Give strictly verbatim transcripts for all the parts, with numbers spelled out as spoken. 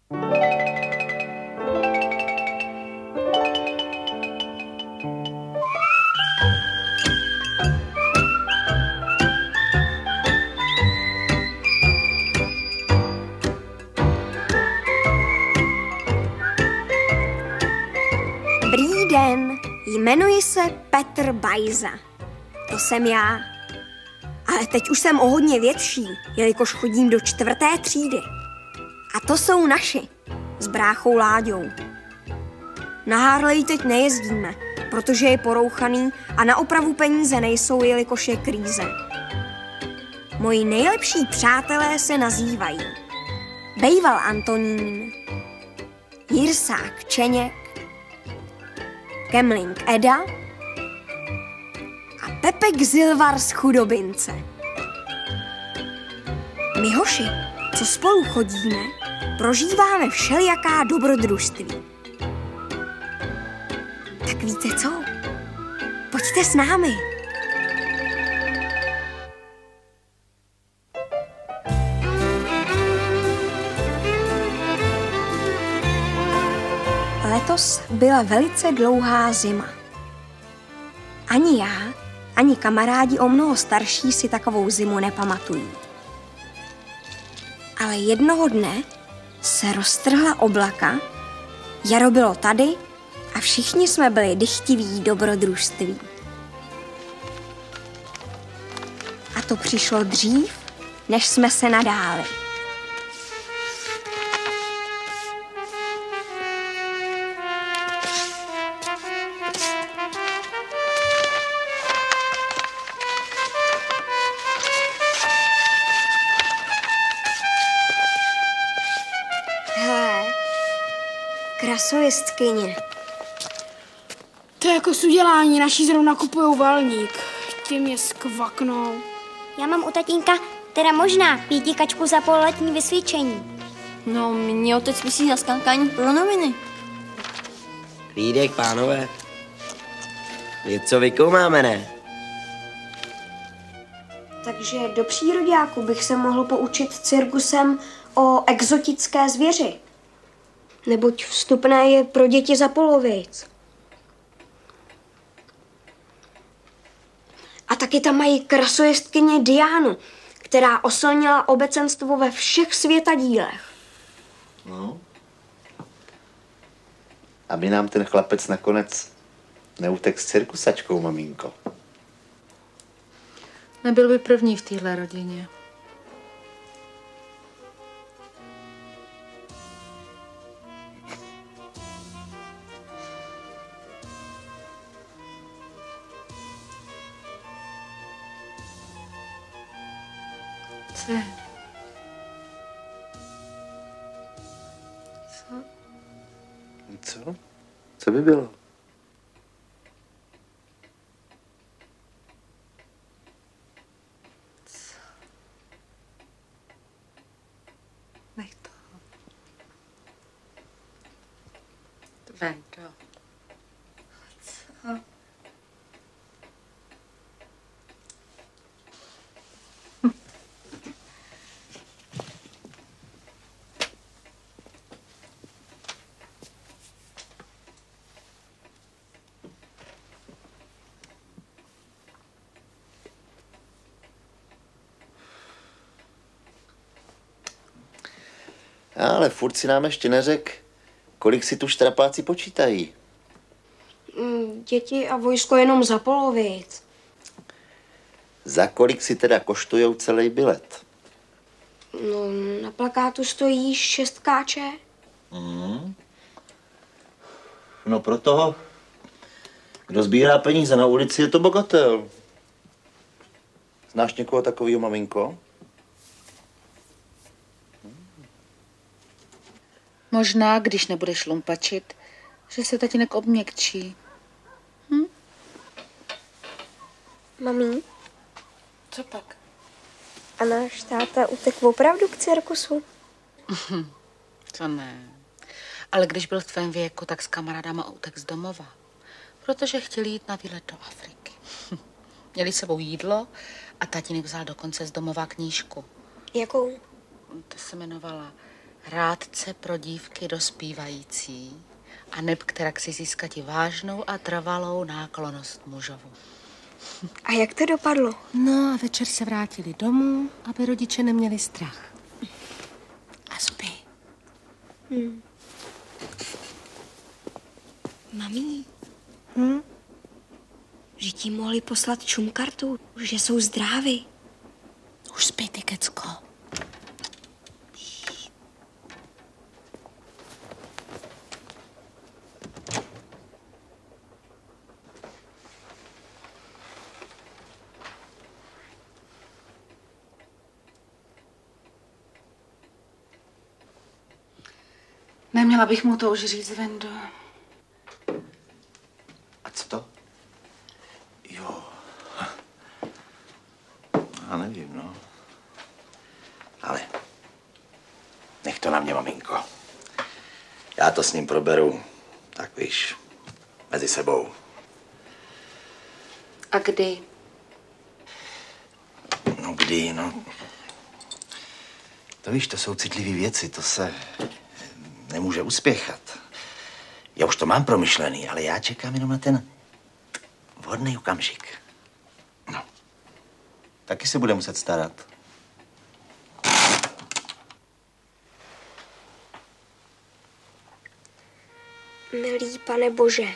Dobrý den, jmenuji se Petr Bajza. To jsem já. Ale teď už jsem o hodně větší, jelikož chodím do čtvrté třídy. A to jsou naši, s bráchou Láďou. Na Harley teď nejezdíme, protože je porouchaný a na opravu peníze nejsou, jelikož je kríze. Moji nejlepší přátelé se nazývají Bejval Antonín, Jirsák Čeněk, Kemling Eda a Pepek Zilvar z Chudobince. My hoši, co spolu chodíme, prožíváme všelijaká dobrodružství. Tak víte co? Pojďte s námi. Letos byla velice dlouhá zima. Ani já, ani kamarádi o mnoho starší si takovou zimu nepamatují. Ale jednoho dne se roztrhla oblaka, jaro bylo tady a všichni jsme byli dychtiví dobrodružství. A to přišlo dřív, než jsme se nadáli. Krasojistkyně. To je jako s udělání, naši zrovna kupujou valník. Tím je skvaknou. Já mám u tatínka teda možná pětikačku za pololetní vysvědčení. No, mě otec vysí za skankání pro noviny. Lídek, pánové. Něco vykoumáme, ne? Takže do příroďáku bych se mohl poučit cirkusem o exotické zvěři. Neboť vstupné je pro děti za polovic. A taky tam mají krasojistkyně Diánu, která oslnila obecenstvo ve všech světadílech. No. Aby nám ten chlapec nakonec neutek s cirkusačkou, maminko. Nebyl by první v téhle rodině. Co? Co? Co? Co by bylo? Co? Nech to. Vento. Co? Ale furt si nám ještě neřek, kolik si tu štrapáci počítají. Děti a vojsko jenom za polovic. Za kolik si teda koštujou celý bilet? No, na plakátu stojí šest káče. Mm. No pro toho, kdo sbírá peníze na ulici, je to bogatel. Znáš někoho takového, maminko? Možná, když nebudeš lumpačit, že se tatínek obměkčí. Hm? Mami? Co pak? A náš táta utek opravdu k cirkusu? To ne. Ale když byl v tvém věku, tak s kamarádama utek z domova. Protože chtěl jít na výlet do Afriky. Měli sebou jídlo a tatínek vzal dokonce z domova knížku. Jakou? To se jmenovala Rádce pro dívky dospívající a neb kterak si získat vážnou a trvalou náklonost mužovu. A jak to dopadlo? No a večer se vrátili domů, aby rodiče neměli strach. A spí. Hmm. Mami, Hm? že ti mohli poslat čumkartu, že jsou zdraví. Už spí, ty kecko. Neměla bych mu to už říct, Vendo. A co to? Jo. Já nevím, no. Ale nech to na mě, maminko. Já to s ním proberu, tak víš, mezi sebou. A kdy? No kdy, no. To víš, to jsou citlivé věci, to se nemůže uspěchat. Já už to mám promyšlený, ale já čekám jenom na ten vhodný okamžik. No. Taky se bude muset starat. Milý Pane Bože,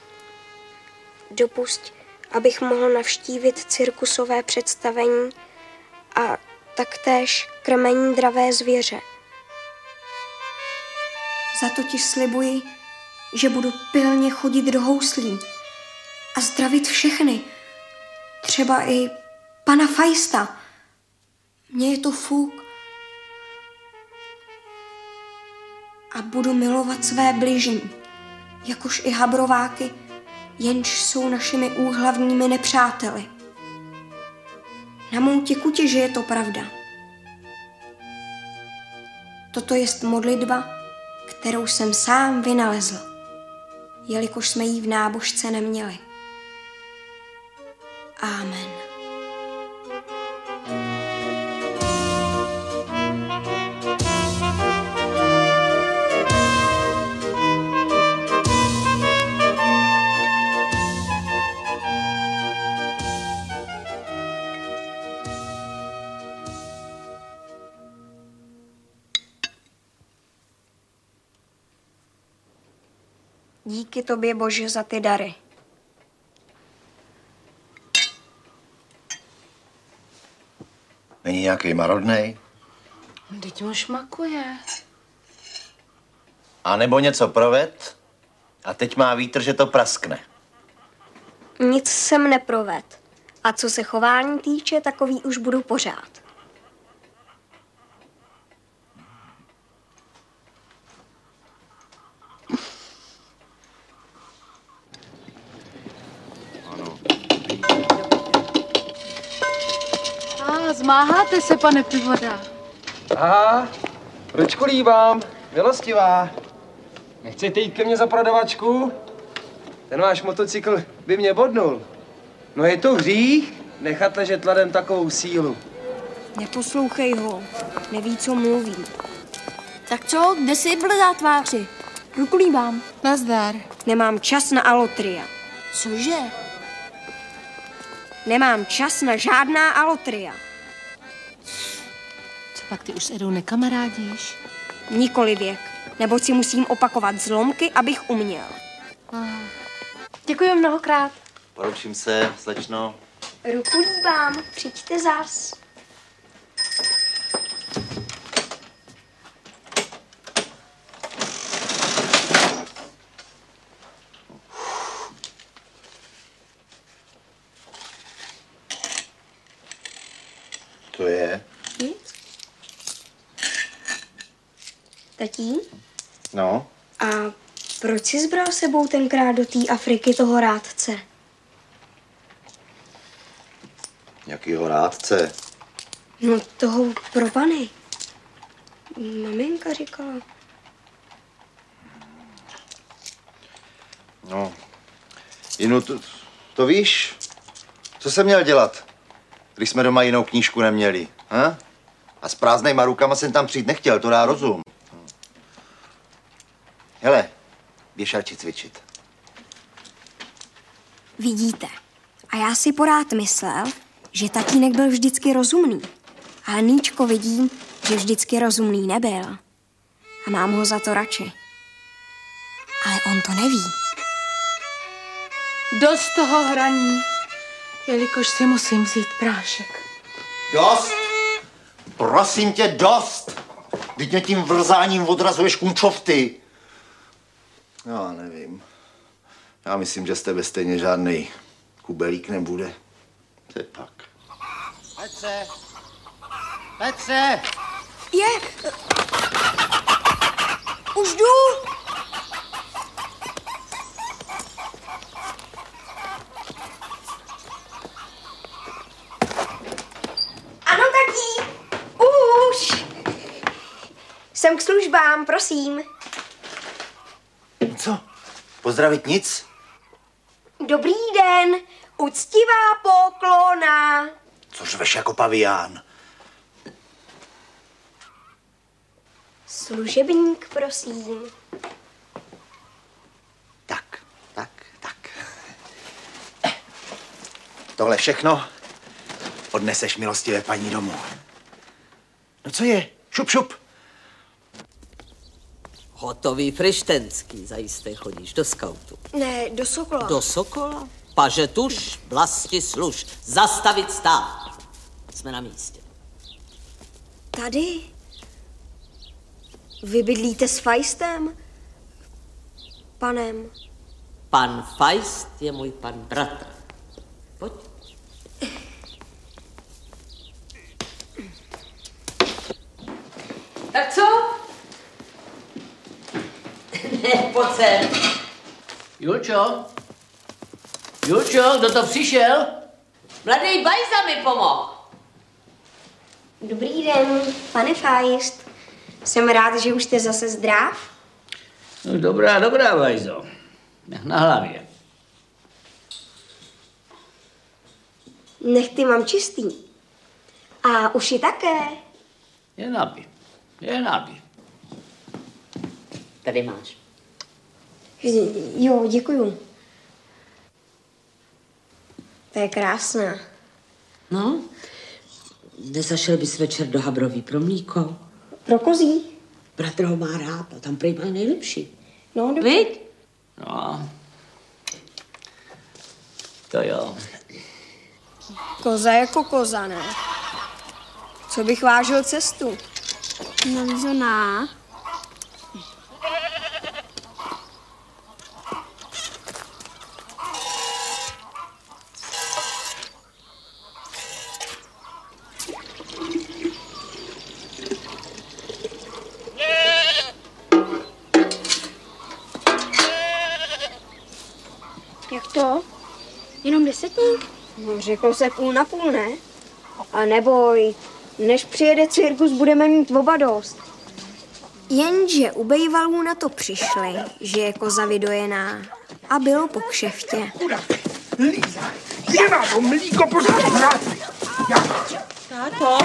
dopusť, abych mohl navštívit cirkusové představení a taktéž krmení dravé zvěře. Za to ti slibuji, že budu pilně chodit do houslí a zdravit všechny, třeba i pana Fajsta. Mně je to fuk. A budu milovat své bližní, jakož i habrováky, jenž jsou našimi úhlavními nepřáteli. Na mou těkutě, že je to pravda. Toto jest modlitba, kterou jsem sám vynalezl, jelikož jsme ji v nábožce neměli. Amen. Díky tobě, Bože, za ty dary. Není nějaký marodnej? Teď mu šmakuje. A nebo něco proved a teď má vítr, že to praskne. Nic jsem neproved. A co se chování týče, takový už budu pořád. A zmáháte se, pane Pivoda. Aha, ručku líbám, milostivá. Nechcete jít ke mně za prodavačku? Ten váš motocykl by mě bodnul. No je to hřích nechat ležet ladem takovou sílu. Neposlouchej ho. Neví, co mluví. Tak co, kde jsi byl zátváři? Ruku líbám. Nazdar. Nemám čas na alotria. Cože? Nemám čas na žádná alotria. Co pak ty už s Edou nekamarádíš? Nikoli věk. Neboť si musím opakovat zlomky, abych uměl. Děkuji mnohokrát. Poručím se, slečno. Ruku líbám. Přijďte zas. To je? Nic. Tatí? No. A proč jsi zbral sebou tenkrát do té Afriky toho rádce? Jakýho rádce? No toho pro pany. Maminka říkala. No. Jinu, to, to víš, co jsem měl dělat, když jsme doma jinou knížku neměli, ha? A s prázdnejma rukama jsem tam přijít nechtěl, to dá rozum. Hele, běž radši cvičit. Vidíte. A já si porád myslel, že tatínek byl vždycky rozumný. Ale Níčko vidím, že vždycky rozumný nebyl. A mám ho za to radši. Ale on to neví. Dost toho hraní, jelikož si musím vzít prášek. Dost! Prosím tě, dost! Vždyť mě tím vrzáním odrazuješ kunčovty. Já nevím. Já myslím, že z tebe stejně žádnej kubelík nebude. To je pak. Petře! Petře! Je! Už jdu! Ano, tatí! Už! Jsem k službám, prosím. Co? Pozdravit nic? Dobrý den, uctivá poklona. Co řveš jako pavián? Služebník, prosím. Tak, tak, tak. Tohle všechno odneseš milostivé paní domů. No co je? Šup, šup. Hotový frištenský, zajisté chodíš do skautu. Ne, do Sokola. Do Sokola? Paže tuš, vlasti služ, zastavit stát. Jsme na místě. Tady? Vy bydlíte s Feistem? Panem. Pan Feist je můj pan bratr. Pojď. Tak co? Ne, pojď sem. Julčo? Julčo, kdo to přišel? Mladý Bajza mi pomohl. Dobrý den, pane Feist. Jsem rád, že už jste zase zdrav. No, dobrá, dobrá, Bajzo. Na hlavě. Nechty mám čistý. A uši také. Je nabi. Je nabi. Tady máš. Jo, děkuju. To je krásná. No, nezašel bys večer do Habrový pro mlíko? Pro kozí? Bratr ho má rád a tam prý mají nejlepší. No, dobře. Viď? No. To jo. Koza jako koza, ne? Co bych vážil cestu? No, Lizoná. Jak to? Jenom desetník? No, řekl se půl na půl, ne? A neboj, než přijede cirkus, budeme mít oba dost. Jenže u bejvalů na to přišli, že je koza vydojená a bylo po kšeftě. Líza, je na to mlíko pořád. Táto!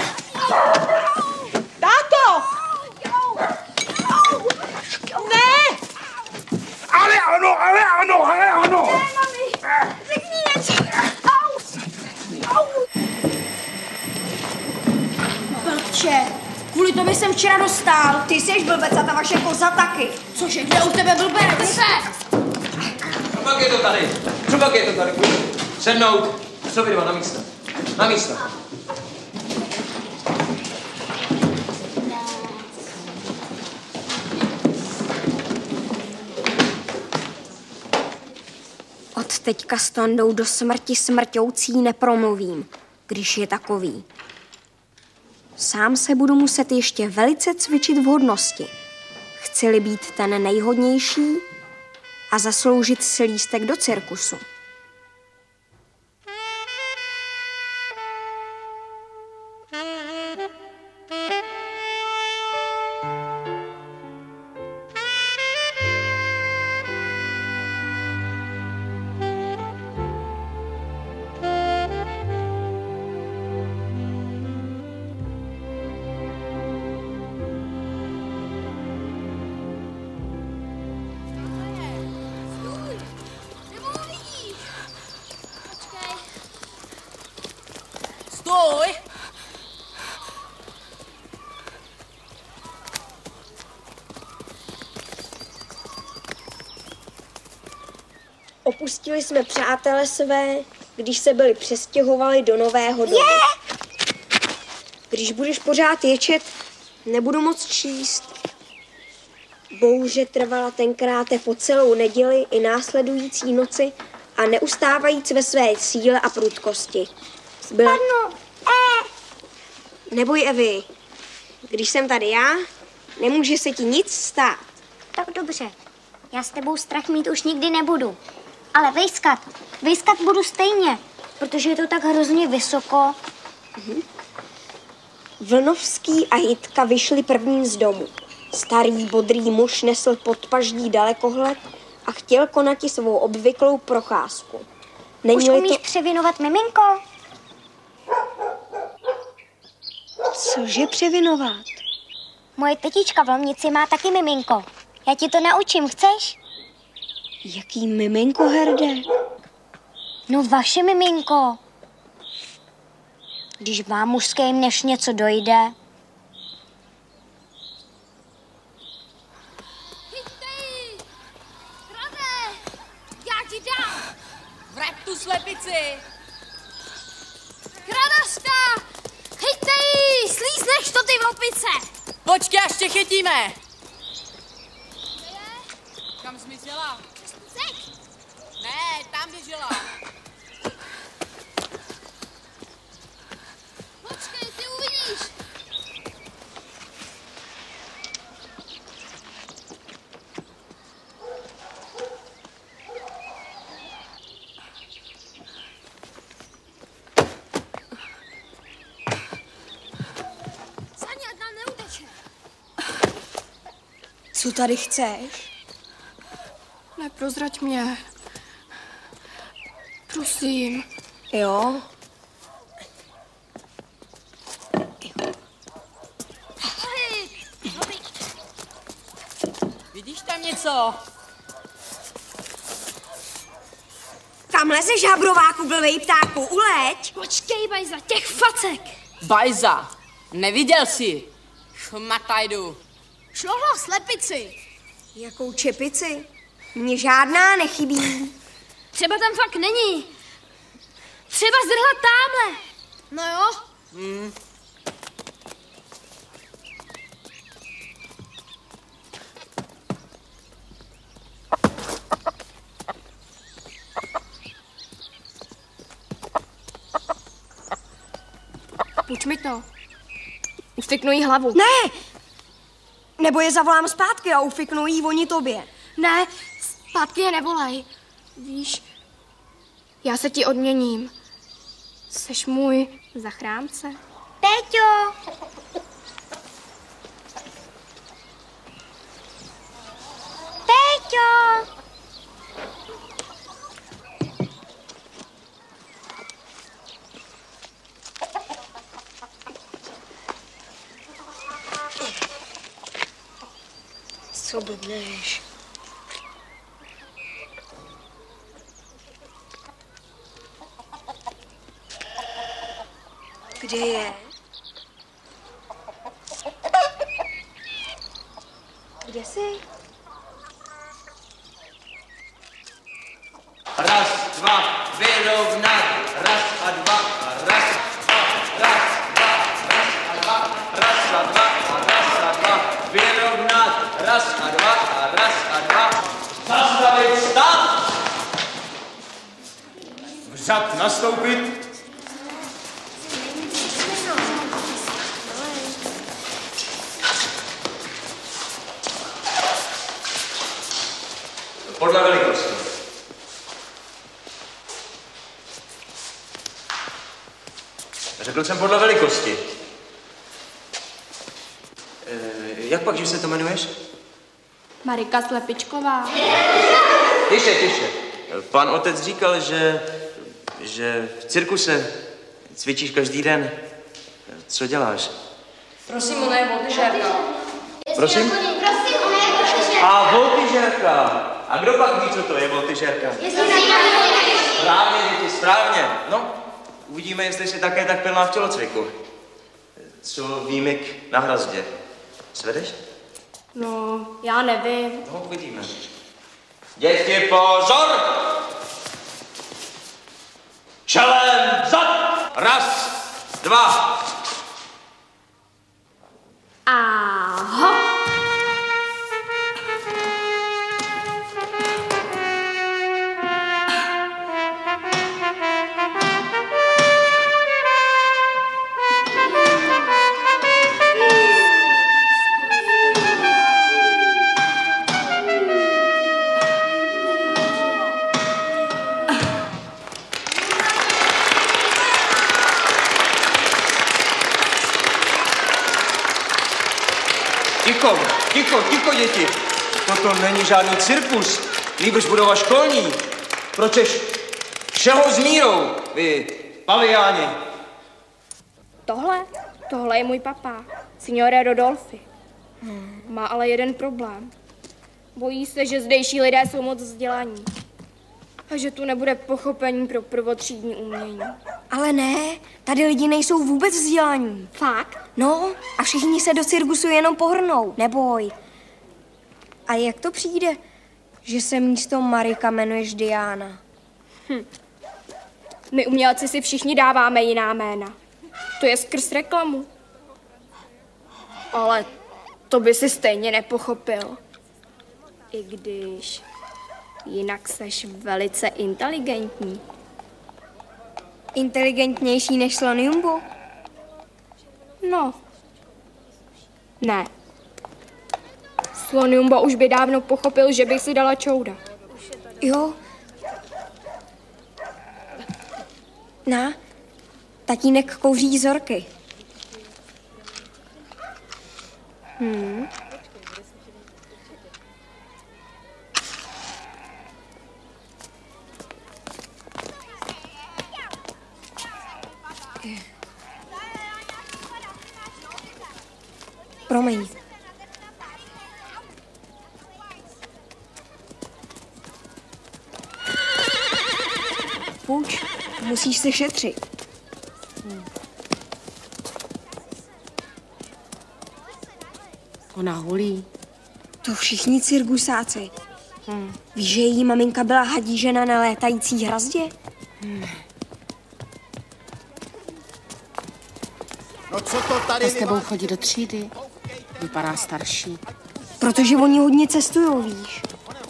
Táto! Ne! Ale ano, ale ano, ale ano. Řekni něco. Au! Au! Blbče, kvůli tobě jsem včera dostal. Ty jsi blbec a ta vaše koza taky. Cože, kde u tebe blbec? Co pak je to tady? Co pak je to tady? Sednout. Co vy dva, na místo. Na místo. Od teďka s Tondou do smrti smrťoucí nepromluvím, když je takový. Sám se budu muset ještě velice cvičit v hodnosti. Chci-li být ten nejhodnější a zasloužit si lístek do cirkusu. Opustili jsme přátele své, když se byli přestěhovali do nového domu. Yeah! Když budeš pořád ječet, nebudu moc číst. Bouře trvala tenkrát po celou neděli i následující noci a neustávajíc ve své síle a prudkosti. Byla... Neboj, Evi, když jsem tady já, nemůže se ti nic stát. Tak dobře, já s tebou strach mít už nikdy nebudu. Ale vejskat, vejskat budu stejně, protože je to tak hrozně vysoko. Mhm. Vlnovský a Jitka vyšli první z domu. Starý bodrý muž nesl podpaždí dalekohled a chtěl konati svou obvyklou procházku. Není už umíš to... převinovat miminko? Cože převinovat? Moje tetička v Lomnici má taky miminko. Já ti to naučím, chceš? Jaký miminko, herde? No vaše miminko. Když vám mužským než něco dojde. Chytej! Krade! Já ti dám! Vrať tu slepici! Kradařka! Chytej! Slízneš to, ty opice! Počkej, až tě chytíme! Kam jsi myslela? Ne, tam běžela. Počkej, ty uvidíš. Sani, ať nám neuteče. Co tady chceš? Neprozrať mě. Prosím. Jo? Vidíš tam něco? Kam lezeš, habrováku, blbej ptáku, uleď! Počkej, Bajza, těch facek! Bajza, neviděl jsi? Šmatajdu. Šlohla slepici. Jakou čepici? Mně žádná nechybí. Třeba tam fakt není. Třeba zdrhla támhle. No jo? Hmm. Půjč mi to. Ufiknu jí hlavu. Ne! Nebo je zavolám zpátky a ufiknu jí oni tobě. Ne, zpátky je nevolej. Víš, já se ti odměním. Seš můj zachránce. Péťo! Péťo! Co blbneš? Kde je? Kde jsi? Raz, dva, vyrovnat, raz a dva, raz, dva, raz, dva, raz a dva, raz a dva, a raz a dva, vyrovnat, raz a dva, a raz a dva, zastavit, stát! Vzad, nastoupit. Podle velikosti. Řekl jsem podle velikosti. E, jak pak, že se to jmenuješ? Marika Slepičková. Tiše, tiše. Pan otec říkal, že, že v cirkuse cvičíš každý den. Co děláš? Prosím, ona je voltyžérka. Prosím? Prosím, ona je voltyžérka. A voltyžérka. A kdo pak ví, co to je voltyžérka? Správně, děti, správně. No, uvidíme, jestli jsi také tak pilná v tělocviku. Co výmyk na hrazdě. Svedeš? No, já nevím. No, uvidíme. Děti, pozor! Čelem vzad! Raz, dva. Aho. Ticho, ticho, ticho, děti. Toto není žádný cirkus, nýbrž budova školní. Pročež všeho s mírou, vy paviáni. Tohle? Tohle je můj papá, signore Rodolfi. Hmm. Má ale jeden problém. Bojí se, že zdejší lidé jsou moc vzdělaní. A že tu nebude pochopení pro prvotřídní umění. Ale ne, tady lidi nejsou vůbec vzdělaní. Fakt? No, a všichni se do cirkusu jenom pohrnou, neboj. A jak to přijde, že se místo Marika jmenuješ Diana? Hm. My umělci si všichni dáváme jiná jména. To je skrz reklamu. Ale to by si stejně nepochopil. I když jinak seš velice inteligentní. Inteligentnější než slon Jumbo? No. Ne. Slon Jumbo už by dávno pochopil, že bych si dala čouda. Jo. Na, tatínek kouří zorky. Hmm. Promiň. Půjč, musíš se šetřit. Hmm. Ona hulí. To všichni cirkusáci. Hmm. Víš, že její maminka byla hadížena na létající hrazdě? Hmm. No co to tady... A s tebou chodí do třídy. Vypadá starší. Protože oni hodně cestujou, víš.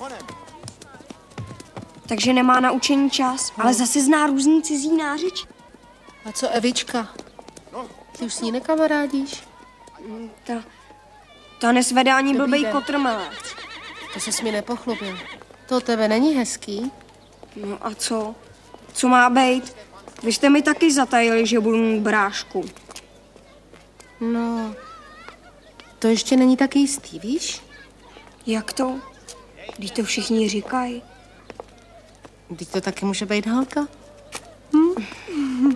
Takže nemá na učení čas, ale zase zná různý cizí nářeč. A co Evička? Ty už s ní nekamarádíš? Ta, ta nesvede ani blbej kotrmelec. To ses mi nepochlubil. To o tebe není hezký? No a co? Co má být? Vy jste mi taky zatajili, že budu mít brášku. No, to ještě není tak jistý, víš? Jak to? Když to všichni říkají. Teď to taky může být holka. Hm?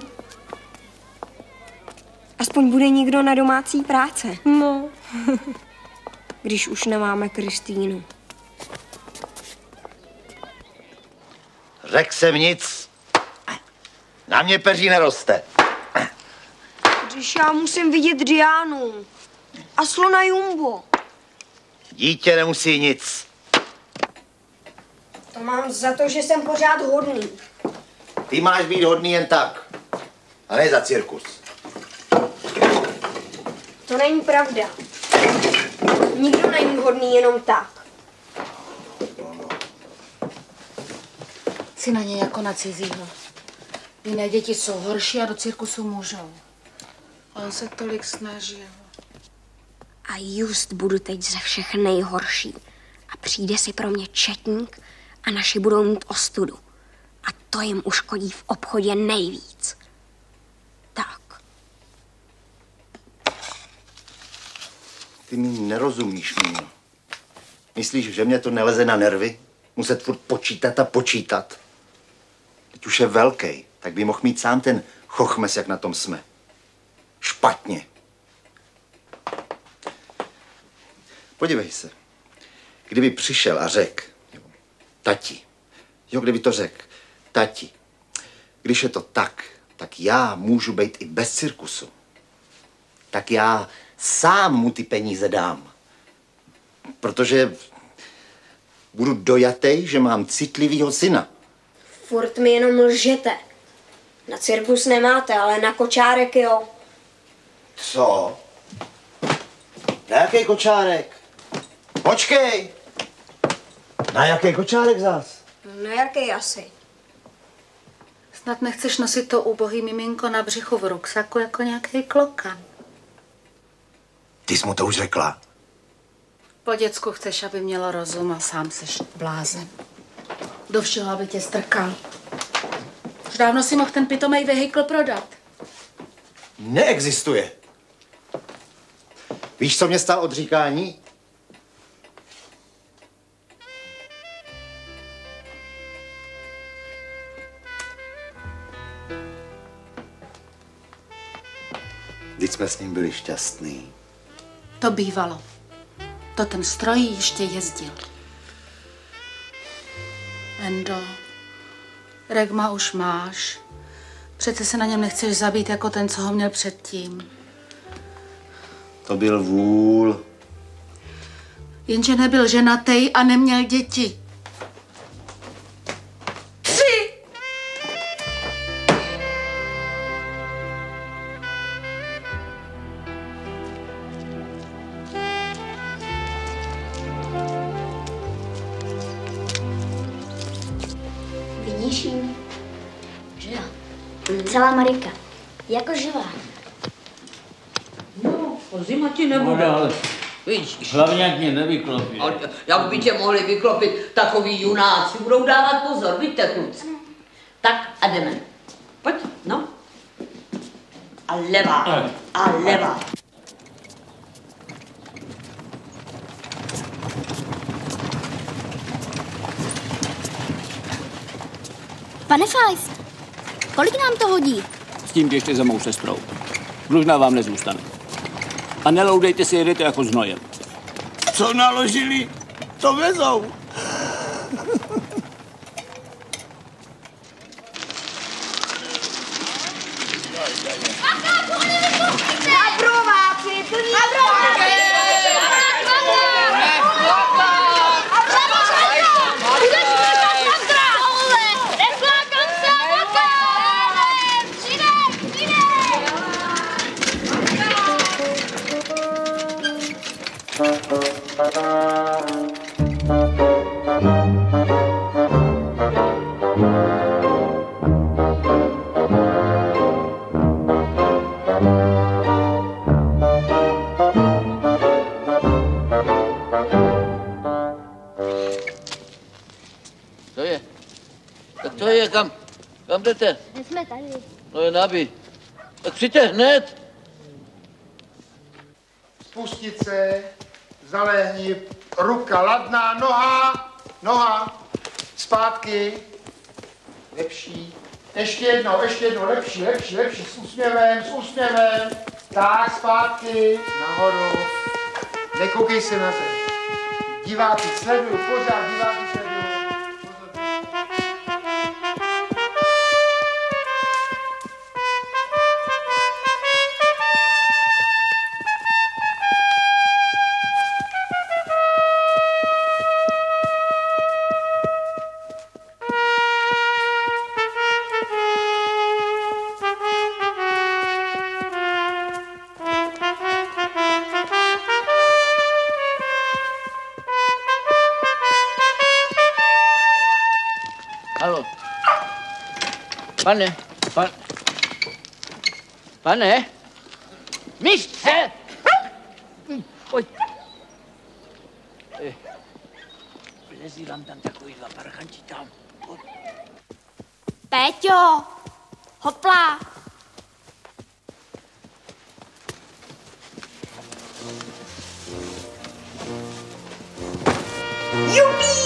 Aspoň bude někdo na domácí práce. No. Když už nemáme Kristýnu. Řekl jsem nic. Na mě peří neroste. Když já musím vidět Dianu a slona Jumbo. Dítě nemusí nic. To mám za to, že jsem pořád hodný. Ty máš být hodný jen tak. A ne za cirkus. To není pravda. Nikdo není hodný jenom tak. Jsi na něj jako na cizího. Jiné děti jsou horší a do cirkusu můžou. A on se tolik snažil. A just budu teď ze všech nejhorší. A přijde si pro mě četník a naši budou mít ostudu. A to jim uškodí v obchodě nejvíc. Tak. Ty mi nerozumíš, Míno. Myslíš, že mě to neleze na nervy? Muset furt počítat a počítat. Teď už je velký, tak by mohl mít sám ten chochmes, jak na tom jsme. Špatně. Podívej se. Kdyby přišel a řekl, tati, jo, kdyby to řekl, tati, když je to tak, tak já můžu být i bez cirkusu. Tak já sám mu ty peníze dám. Protože budu dojatej, že mám citlivýho syna. Furt mi jenom lžete. Na cirkus nemáte, ale na kočárek jo. Co? Na jaký kočárek? Počkej! Na jaký kočárek zas? Na jaký asi? Snad nechceš nosit to ubohý miminko na břichu v ruksaku jako nějaký klokan. Ty jsi mu to už řekla. Po děcku chceš, aby mělo rozum a sám seš blázen. Do všeho, aby tě strkal. Už dávno si mohl ten pitomej vehikl prodat. Neexistuje. Víš, co mě stál odříkání? Vždyť jsme s ním byli šťastný. To bývalo. To ten stroj ještě jezdil. Endo, Regma už máš. Přece se na něm nechceš zabít jako ten, co ho měl předtím. To byl vůl. Jenže nebyl ženatej a neměl děti. Tři! Vidíš ji? Že jo? Celá Marika. Jako živá. No, zima ti nebude. No, ale Vidíš. hlavně jak mě nevyklopí. A jak by tě mohli vyklopit takový junáci? Budou dávat pozor, vidíte, kluci. Tak a jdeme. Pojď, no. A levá. A levá. Pane Fajs, kolik nám to hodí? S tím běžte za mou sestrou. Dlužná vám nezůstane. A neloudejte si, jedete jako znojem. Co naložili, to vezou. A brováci, plný brováci! Co je? Tak co je, kam, kam jdete? My jsme tady. No je nabí. Tak přijďte hned. Spustit se, zalehni, ruka ladná, noha, noha, zpátky, lepší, ještě jednou, ještě jednou, lepší, lepší, lepší, s úsměvem, s úsměvem, tak, zpátky, nahoru, nekoukej se na zem, diváky sleduju, pořád diváky sleduju. Halo. Pane, pan... Pane? Mistře! Pojď. Eh, Lezí vám tam takový dva parchanti tam. Pojď. Péťo, hopla. Jupi!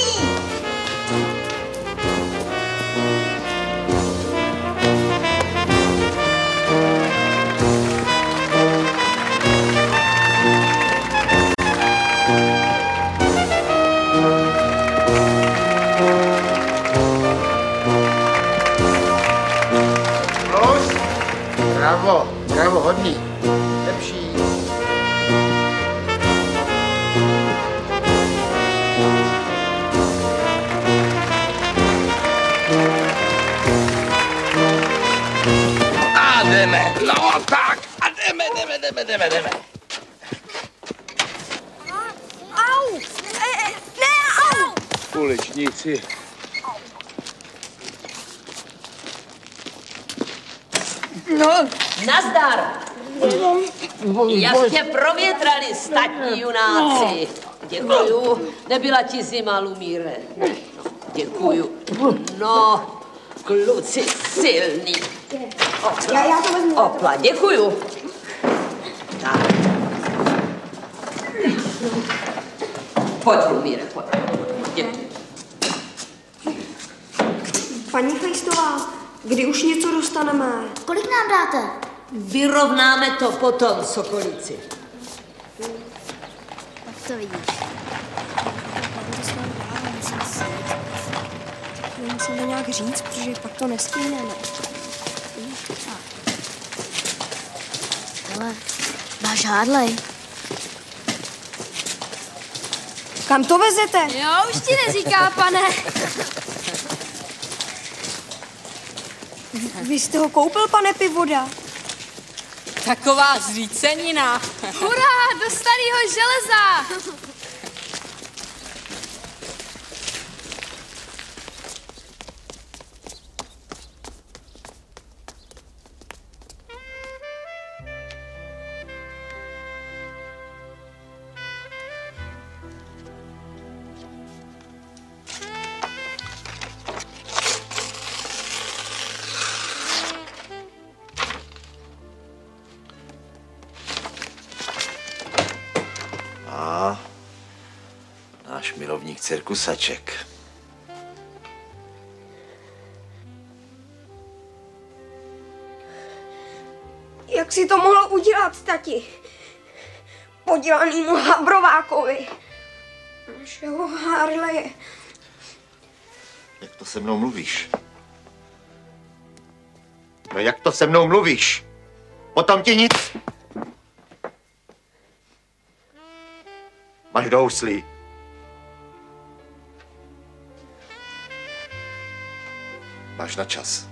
Bravo, bravo, hodný. Lepší. jdeme, jdeme, jdeme, jdeme, jdeme. Au! E, ne, au! Uličníci. No, nazdar. Jak tě provětrali statní junáci. Děkuju. Nebyla ti zima, Lumíre. Ne, no, děkuju. No, kluci silný. Opla, já to vezmu. Opla, děkuju. Tak. Pojď, Lumíre, pojď. Děkuju. Paní Fejstová, kdy už něco dostaneme? Kolik nám dáte? Vyrovnáme to potom, sokolici. Tak to vidíš. Musím to nějak říct, protože pak to nestihneme. Ale máš hádlej. Kam to vezete? Jo, už ti neříká, pane. Vy jste ho koupil, pane Pivoda? Taková zřícenina. Hurá, do starého železa. A náš milovník cirkusaček. Jak si to mohl udělat, tati? Podělanýmu Habrovákovi. Našeho Harleje. Jak to se mnou mluvíš? No jak to se mnou mluvíš? Potom ti nic. Máš do houslí. Máš na čas.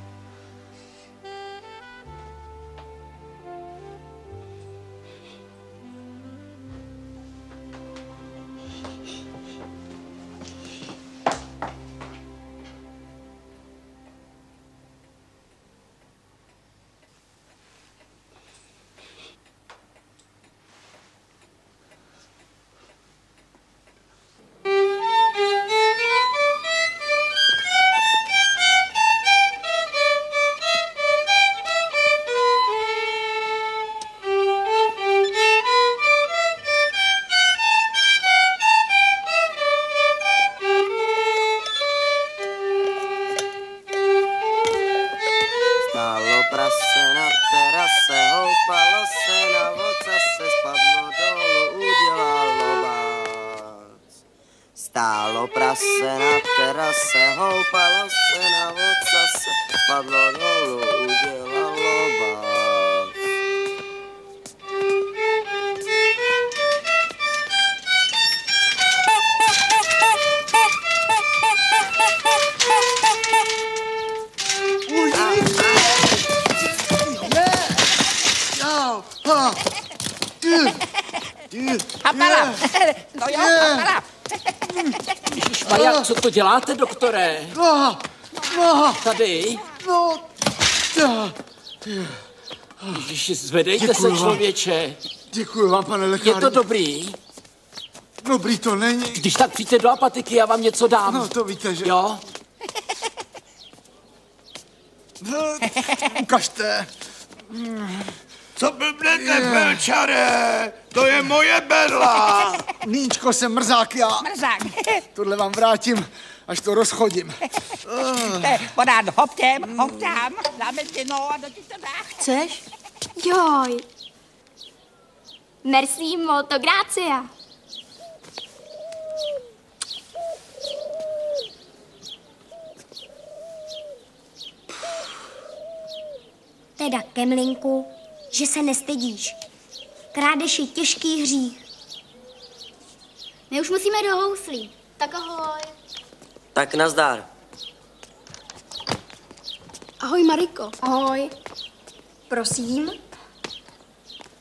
Stálo prase na terase, houpalo se na ocase, spadlo dolů, udělalo bás. Hapala! No jo, hapala! Ježišmarja, co to děláte, doktore? Noha! Noha! Tady? No, Ježiši, zvedejte Děkuju se, vám. člověče. Děkuji vám, pane lékaři. Je to dobrý? Dobrý to není. Když tak přijďte do apatiky, já vám něco dám. No, to víte, že... Jo? Ukažte. Co blbnete, Pelčare? To je moje berla. Níčko, jsem mrzák já. Mrzák. Tohle vám vrátím, až to rozchodím. Podán hoptěm, hopťám, dáme ti no a do ti to dá. Chceš? Joj. Merci molto grazie. Teda, Kemlinku, že se nestydíš. Krádež je těžký hřích. My už musíme do houslí. Tak ahoj. Tak nazdar. Ahoj, Mariko. Ahoj. Prosím?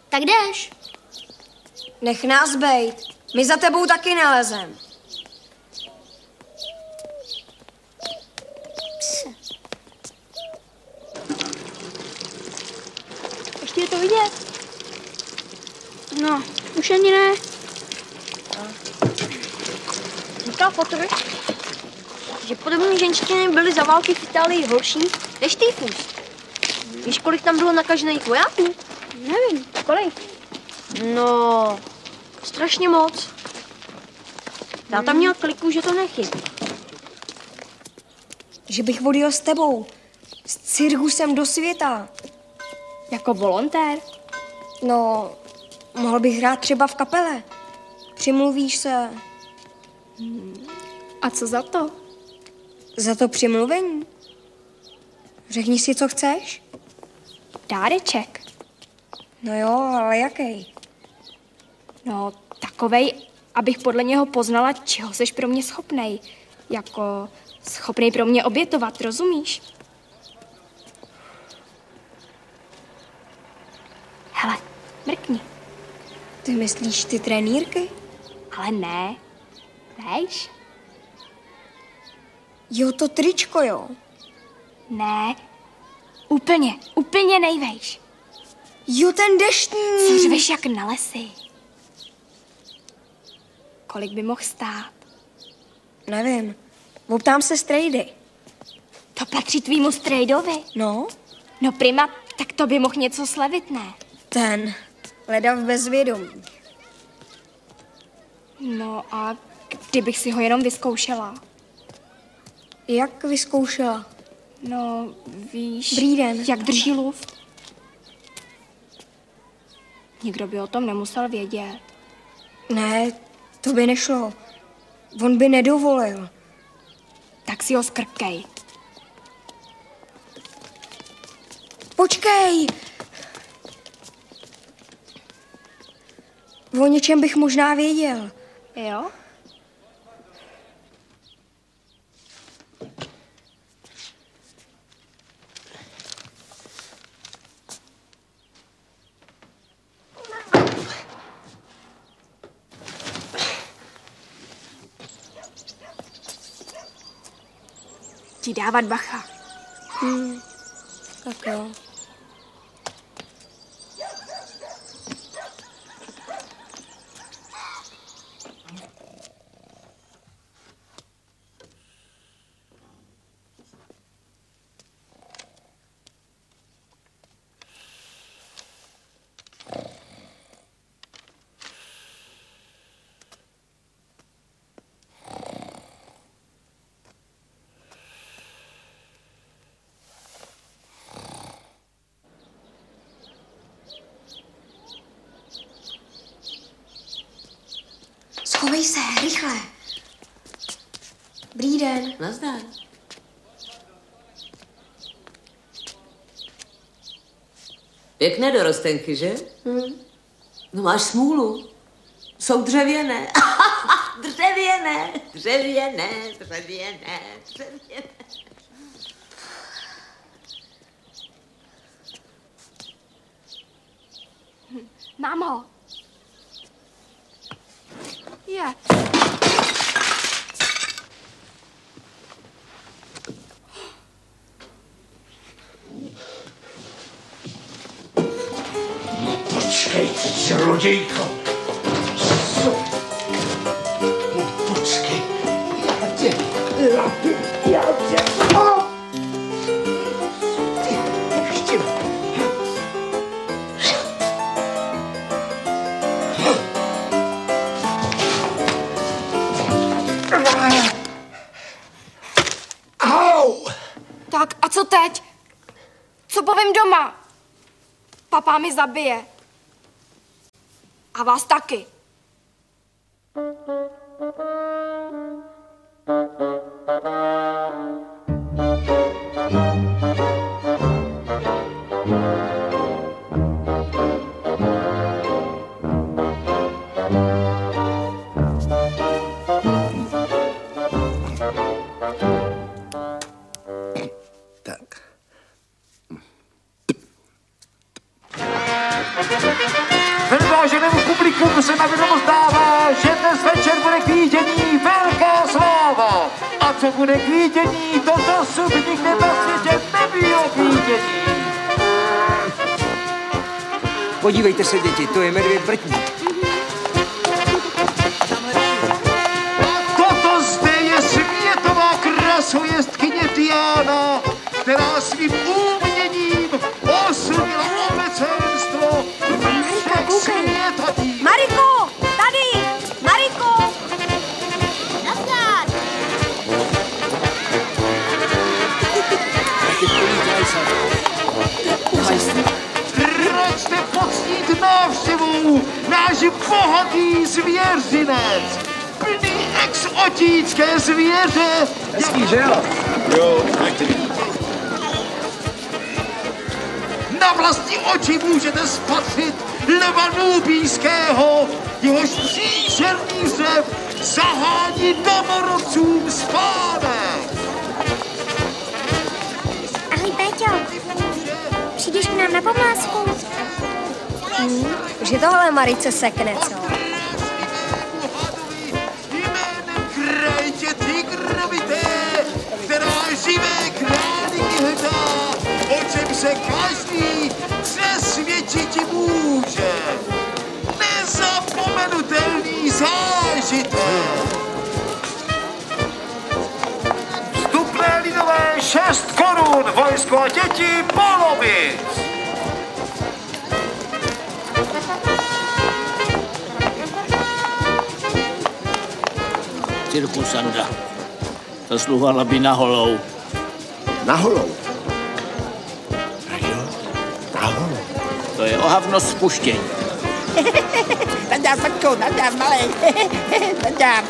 Tak jdeš. Nech nás bejt. My za tebou taky nelezem. Ještě je to vidět? No, už ani ne. Říkal Potter, že podobné ženštiny byly za války v Itálii horší než tyfus. Víš, kolik tam bylo nakažených vojáků? Nevím, kolik? No, strašně moc. Já tam měl kliku, že to nechybí. Že bych odjel s tebou. S cirkusem do světa. Jako volontér? No, mohl bych hrát třeba v kapele. Přimluvíš se. A co za to? Za to přimluvení. Řekni si, co chceš. Dáreček. No jo, ale jaký? No, takovej, abych podle něho poznala, čeho seš pro mě schopnej. Jako schopnej pro mě obětovat, rozumíš? Hele, mrkni. Ty myslíš ty trenýrky? Ale ne. Vejš? Jo, to tričko, jo. Ne. Úplně, úplně nejvejš. Jo, ten deštní. Co řveš jak na lesy? Kolik by mohl stát? Nevím. Optám se strejdy. To patří tvýmu strejdovi? No? No prima, tak to by mohl něco slevit, ne? Ten. Leda v bezvědomí. No a kdybych si ho jenom vyzkoušela? Jak vyzkoušela? No, víš... Dobrý den. Jak drží luft? Nikdo by o tom nemusel vědět. Ne, to by nešlo. On by nedovolil. Tak si ho skrkej. Počkej! O něčem bych možná věděl. Jo? Ti dávat bacha. Hmm. Tak jo. Schovej se, rychle. Dobrý den. Nazdar. Pěkné dorostenky, že? Hmm. No máš smůlu. Jsou dřevěné. dřevěné, dřevěné, dřevěné, dřevěné. Mám ho. Je. Počkej, ty zlodějko. Co? No, počkej. Já tě, já tě, já tě. Oh! Ty, ještě. Au! Tak a co teď? Co povím doma? Papá mi zabije. A vás taky. Tak. bude k vidění velká sláva. A co bude k vidění, to dosud nikde na světě nebylo k vidění. Podívejte se, děti, to je medvěd vrtník. Toto zde je světová krasojezdkyně Diana, která svým uměním oslnila obecenstvo všech světadílů. Mariko, tady! Mariko! Nazdar! Račte poctít návštěvou náš bohatý zvěřinec, plný exotické zvěře. Hezký, že jo? Jo, na vlastní oči můžete spatřit leva nubijského, jehož příšerný řev zahání domorodcům spánek. Ahoj, Péťo. Přijdeš k nám na pomlásku? Hmm, už je tohle Marice sekne, co? Krajtě tygrovité, která živé králíky hltá, o čem se každý přesvědčit může. Nezapomenutelný zážitek. Vstupné lidové šest korun, vojsko a děti Polovic. Cirkusanda. Zasluhovala by na holou. Na holou? Jo, na holou. To je ohavnost spuštění. Nazdar, Petko, nazdar, malej. Nazdar.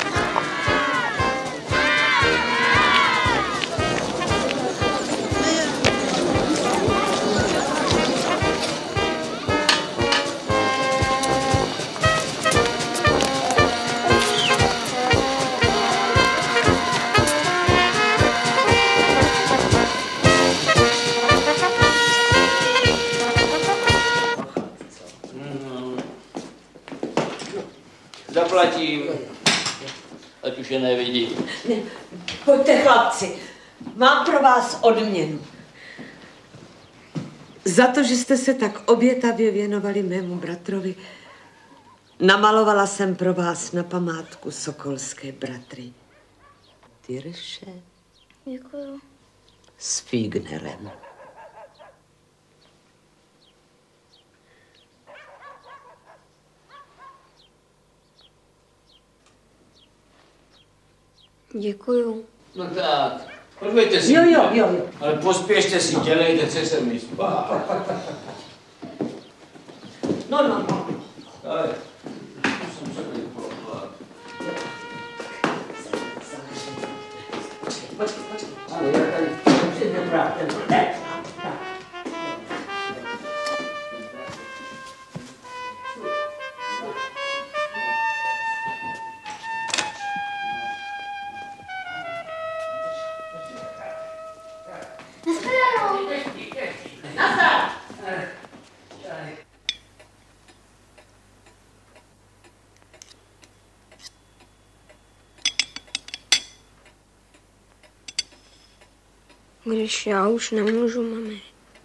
Zaplatím, ať už je nevidí. Pojďte, chlapci, mám pro vás odměnu. Za to, že jste se tak obětavě věnovali mému bratrovi, namalovala jsem pro vás na památku sokolské bratry Tyrše Děkuju. s Fignerem. Děkuju. No tak, podívejte si. Jo, jo, jo, jo. Ale pospěšte si, dělejte, co se mi spát. No, no, no. Ale, jsem se tady proplat. Počkej, počkej. Ale já tady musím nebrát ten ne. Když já už nemůžu, mami.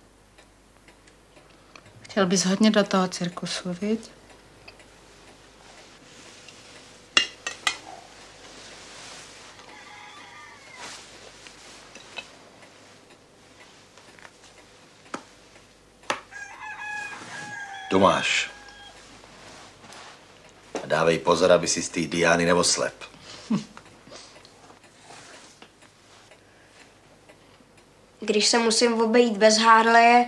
Chtěl bys hodně do toho cirkusu, viď? Tomáš. A dávej pozor, aby si z té Diány neoslep. Když se musím obejít bez Harleje,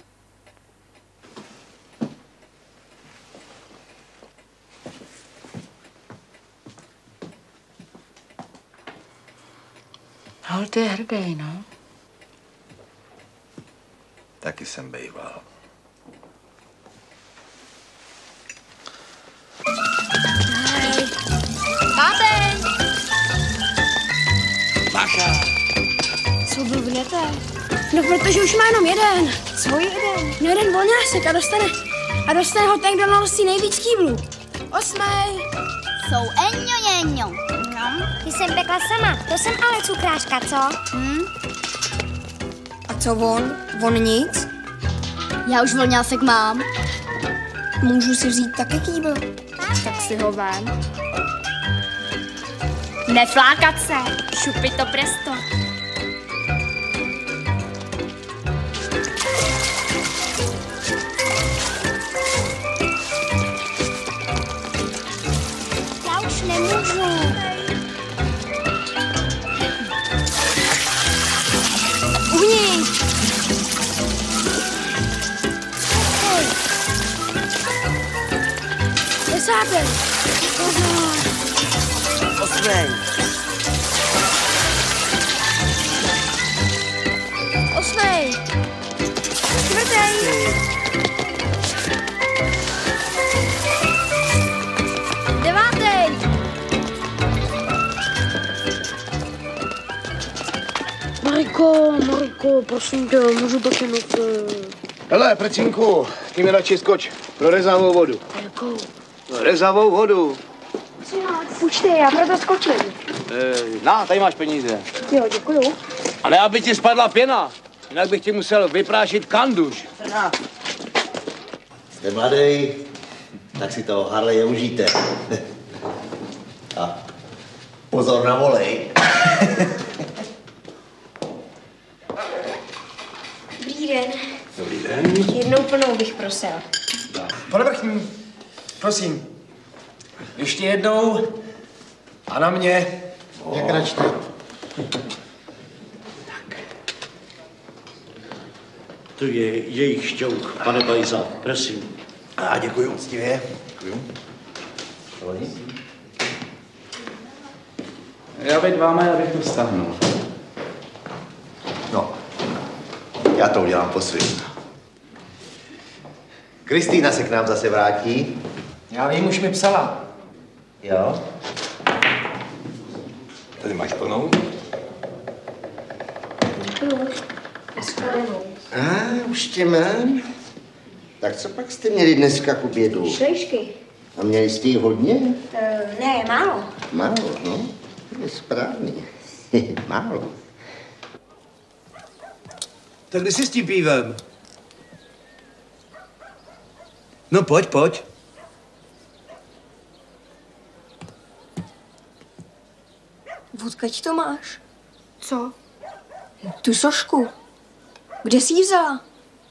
Holt je hrdý, no. Taky jsem bejval. Páteň! Maša! Co blbnete? no protože už má jenom jeden. Co jeden? No jeden volňásek a dostane, a dostane ho ten, kdo nosí nejvíc kýblů. Osmej, jsou enňo něňo. No, ty jsem pekla sama, to jsem ale cukrářka, co? Hm? A co on? On nic? Já už volňásek mám. Můžu si vzít taky kýbl? Tak si ho vem. Neflákat se, šupi to presto. Já už nemůžu. Uvnitř! Desátý. Osmej. Osmej. Čtvrtý. Devátý. Mariko, Mariko, prosím tě, můžu taky noci. Hele, prcínku, ty mi radši skoč pro rezavou vodu. Jakou? Rezavou vodu. Půjčte, já proto skočím. E, na, tady máš peníze. Jo, děkuju. Ale aby ti spadla pěna, jinak bych ti musel vyprášit kanduš. Jste mladý, tak si toho Harleje užijte. A pozor na volej. Dobrý den. Dobrý den. Jednou plnou bych prosil. Pane Vrchní, prosím. Ještě jednou a na mě. Jak račte. To je jejich šťouch, pane Bajza, prosím. A děkuji úctivě. Děkuji. Já být váma, já bych to stáhnul. No, já to udělám po svým. Kristýna se k nám zase vrátí. Já vím, už mi psala. Jo? Tady máš plnou. A, už tě mám. Tak co pak jste měli dneska k obědu? Šlišky. A měli jste jich hodně? Uh, ne, málo. Málo, no. To je správný. Málo. Tak kdy jsi s tím pívem? No pojď, pojď. Odkud to máš? Co? Tu sošku. Kde jsi ji vzala?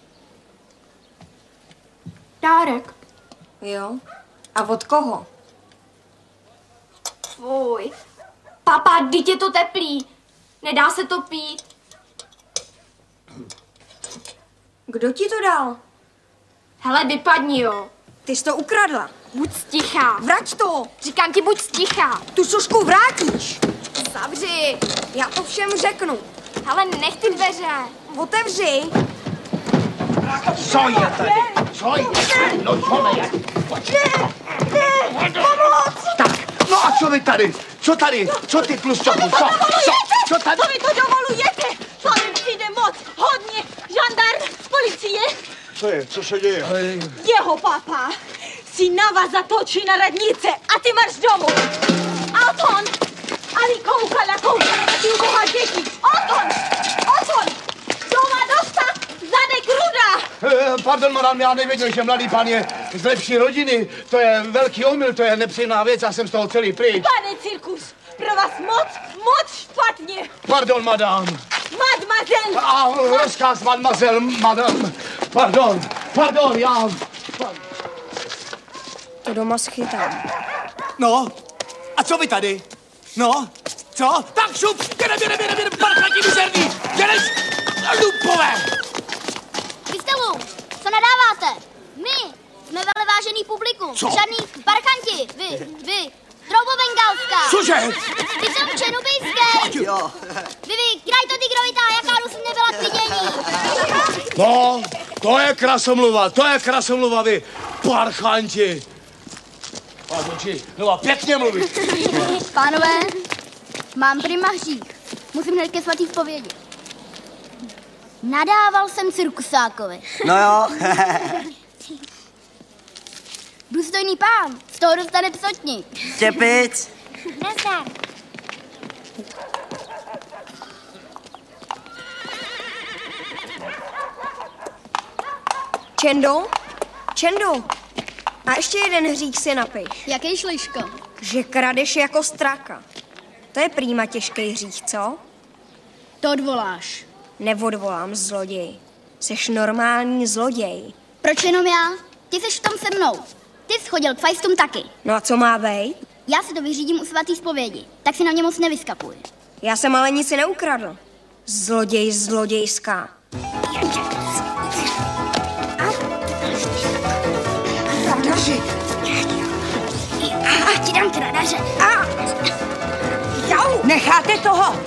Dárek. Jo. A od koho? Fuj. Papa, vždyť je to teplý. Nedá se to pít. Kdo ti to dal? Hele, vypadni, jo. Ty jsi to ukradla. Buď sticha. Vrať to. Říkám ti, buď sticha. Tu sošku vrátíš. Zavři. Já to všem řeknu. Hele, nech ty dveře. Otevři. Co je tady? Co je? No co ne? Ne, ne, pomoc. Tak, no a co vy tady? Co tady? Co ty plus čo? Co? Co? Co tady? To vy to dovolujete? To mi přijde moc. Hodně. Žandarm, policie. Co je? Co se děje? Jeho papa si na vás zatočí na radnice a ty máš domů. A on, ali koukala, koukala na ty ubohá děti. Oton, oton, doma dostat, zadek ruda. Eh, Pardon, madam, já nevěděl, že mladý pan je z lepší rodiny. To je velký omyl, to je nepříjemná věc, já jsem z toho celý pryč. Pane Cirkus, pro vás moc, moc špatně. Pardon, madam. Mademoiselle. A rozkaz, mademoiselle, madam. Pardon, pardon, já... To doma schytám. No, a co vy tady? No, co? Tak šup, jdeme, jdeme, jdeme, parchanti mizerný, jdeš, lupové. Kristelu, co nadáváte? My jsme velevážený publikum. Co? Žádný parchanti. Vy, vy, Troubobengalská. Cože? Vy jsou čenubijské. Jo. Vy, vy, kraj to tygrovitá, jaká Rusy nebyla k vidění. No, to je krasomluva, to je krasomluva, vy parchanti. Pardonči, no a pěkně mluvit. Pánové, mám prima hřích. Musím hned ke svatý zpovědi. Nadával jsem cirkusákovi. No jo. Důstojný pán Z toho dostane psotník. Čepic. Nazdar. Čendo? Čendo? A ještě jeden hřík si napiš. Jaký šliško? Že kradeš jako straka. To je prýma těžký hřích, co? To odvoláš. Neodvolám, zloděj. Jseš normální zloděj. Proč jenom já? Ty jsi v tom se mnou. Ty jsi chodil k fajstům taky. No a co má být? Já si to vyřídím u svatý zpovědi, tak si na mě moc nevyskakuj. Já jsem ale nic neukradl. Zloděj, zlodějská. Kradaři. A ti dám kradaře. A. Jau. Necháte toho.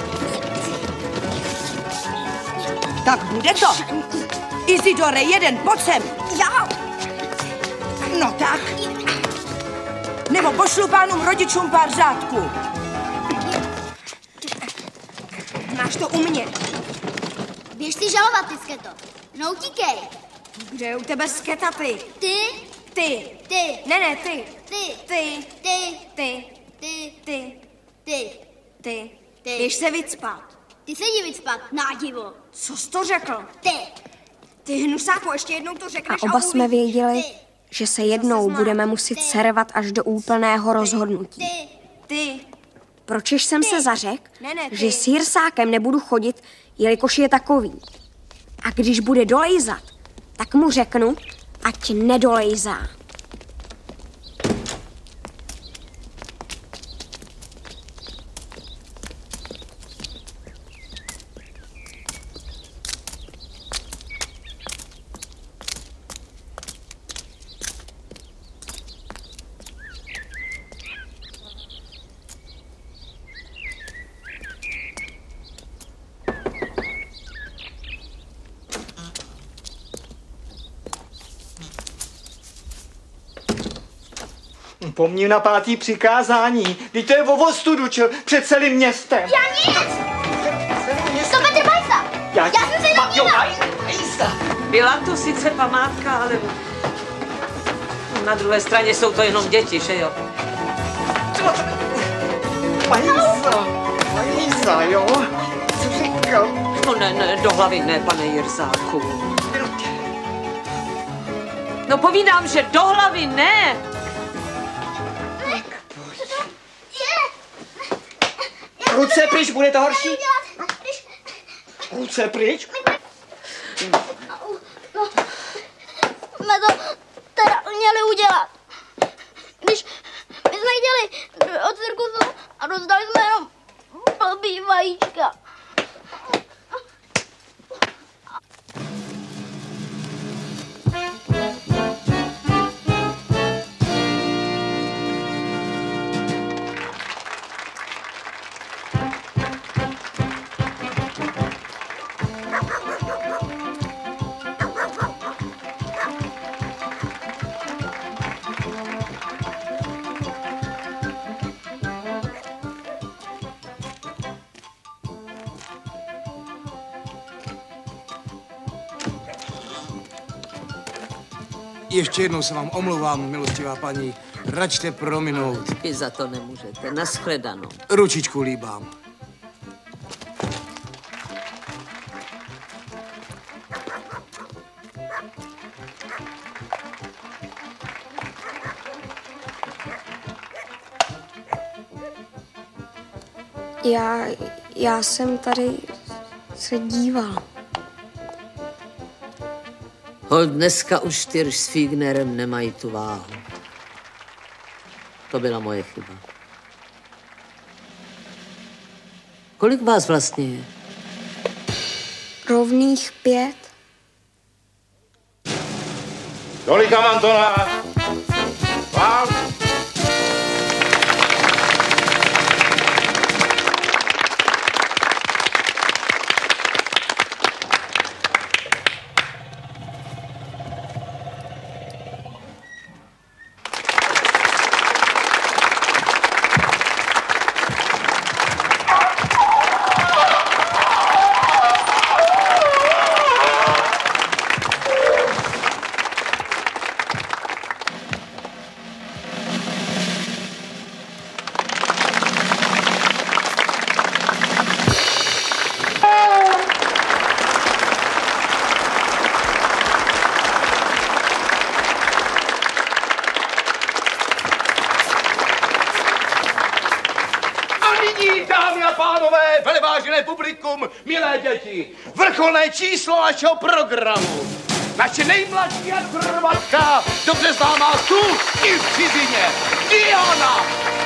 Tak bude to. Izidore, jeden, pojď sem. Jau. No tak. Nebo pošlu pánům rodičům pár řádků. Máš to u mě. Běž si žalovat, ty sketo. No utíkej. Kde je u tebe sketa, ty? Ty? Ty. Ty. Ne, ne, ty. Ty. Ty. Ty. Ty. Ty. Ty. Ty. Ty. Ty. Běž se vycpat. Ty se jdi vycpat, nádivo. Co jsi to řekl? Ty. Ty hnusáku, ještě jednou to řekneš a oba a jsme věděli, Ty. že se jednou budeme muset Ty. servat až do úplného rozhodnutí. Ty. Ty. Pročež jsem se zařekl, Ne, ne, ty. že s Jirsákem nebudu chodit, jelikož je takový. A když bude dolejzat, tak mu řeknu, ať nedolejzá. Pomni na pátý přikázání. Vždyť to je o ostudu, čo, před celým městem. Já nic! To Petr Bajsa! Já, Já jsem se domnívala! Byla to sice památka, ale na druhé straně jsou to jenom děti, že jo? Bajsa, Bajsa, jo? Co říkal? No ne, ne, do hlavy ne, pane Jirsáku. No povídám, že do hlavy ne! Ruce pryč, bude to horší? Ruce pryč? No, jsme to teda měli udělat. Když my jsme chtěli od cirkusu a dostali jsme jenom blbý vajíčka. Ještě jednou se vám omlouvám, milostivá paní. Račte prominout. I za to nemůžete. Nashledanou. Ručičku líbám. Já, já jsem tady se díval. Hol dneska už Tyrš s Fignerem nemají tu váhu. To byla moje chyba. Kolik vás vlastně je? Rovných pět. Tolika, Antona! Vám! nyní, dámy a pánové, velevážené publikum, milé děti, vrcholné číslo našeho programu. Naše nejmladší akrobatka, dobře známá tu i v cizině, Diana.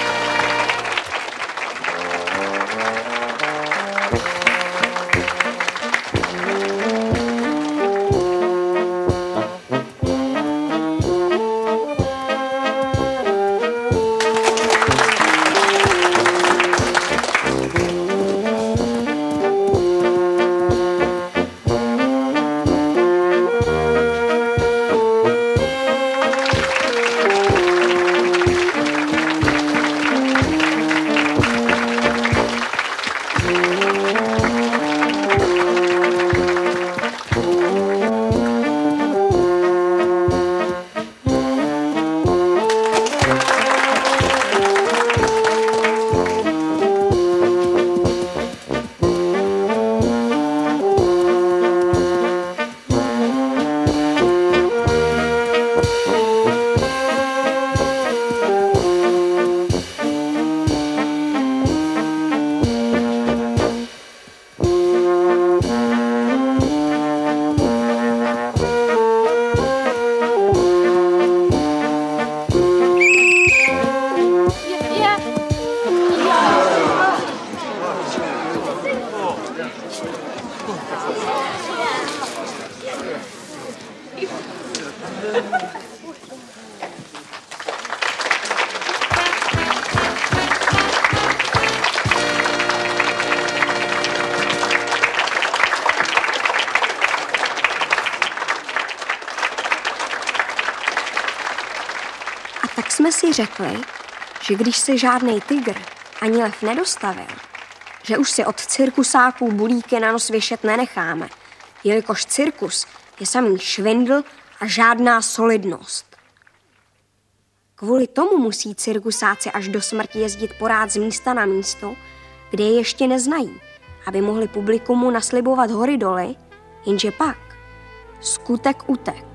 Tak jsme si řekli, že když se žádnej tygr ani lev nedostavil, že už si od cirkusáků bulíky na nos věšet nenecháme, jelikož cirkus je samý švindl a žádná solidnost. Kvůli tomu musí cirkusáci až do smrti jezdit porád z místa na místo, kde je ještě neznají, aby mohli publikumu naslibovat hory doly, jenže pak skutek utek.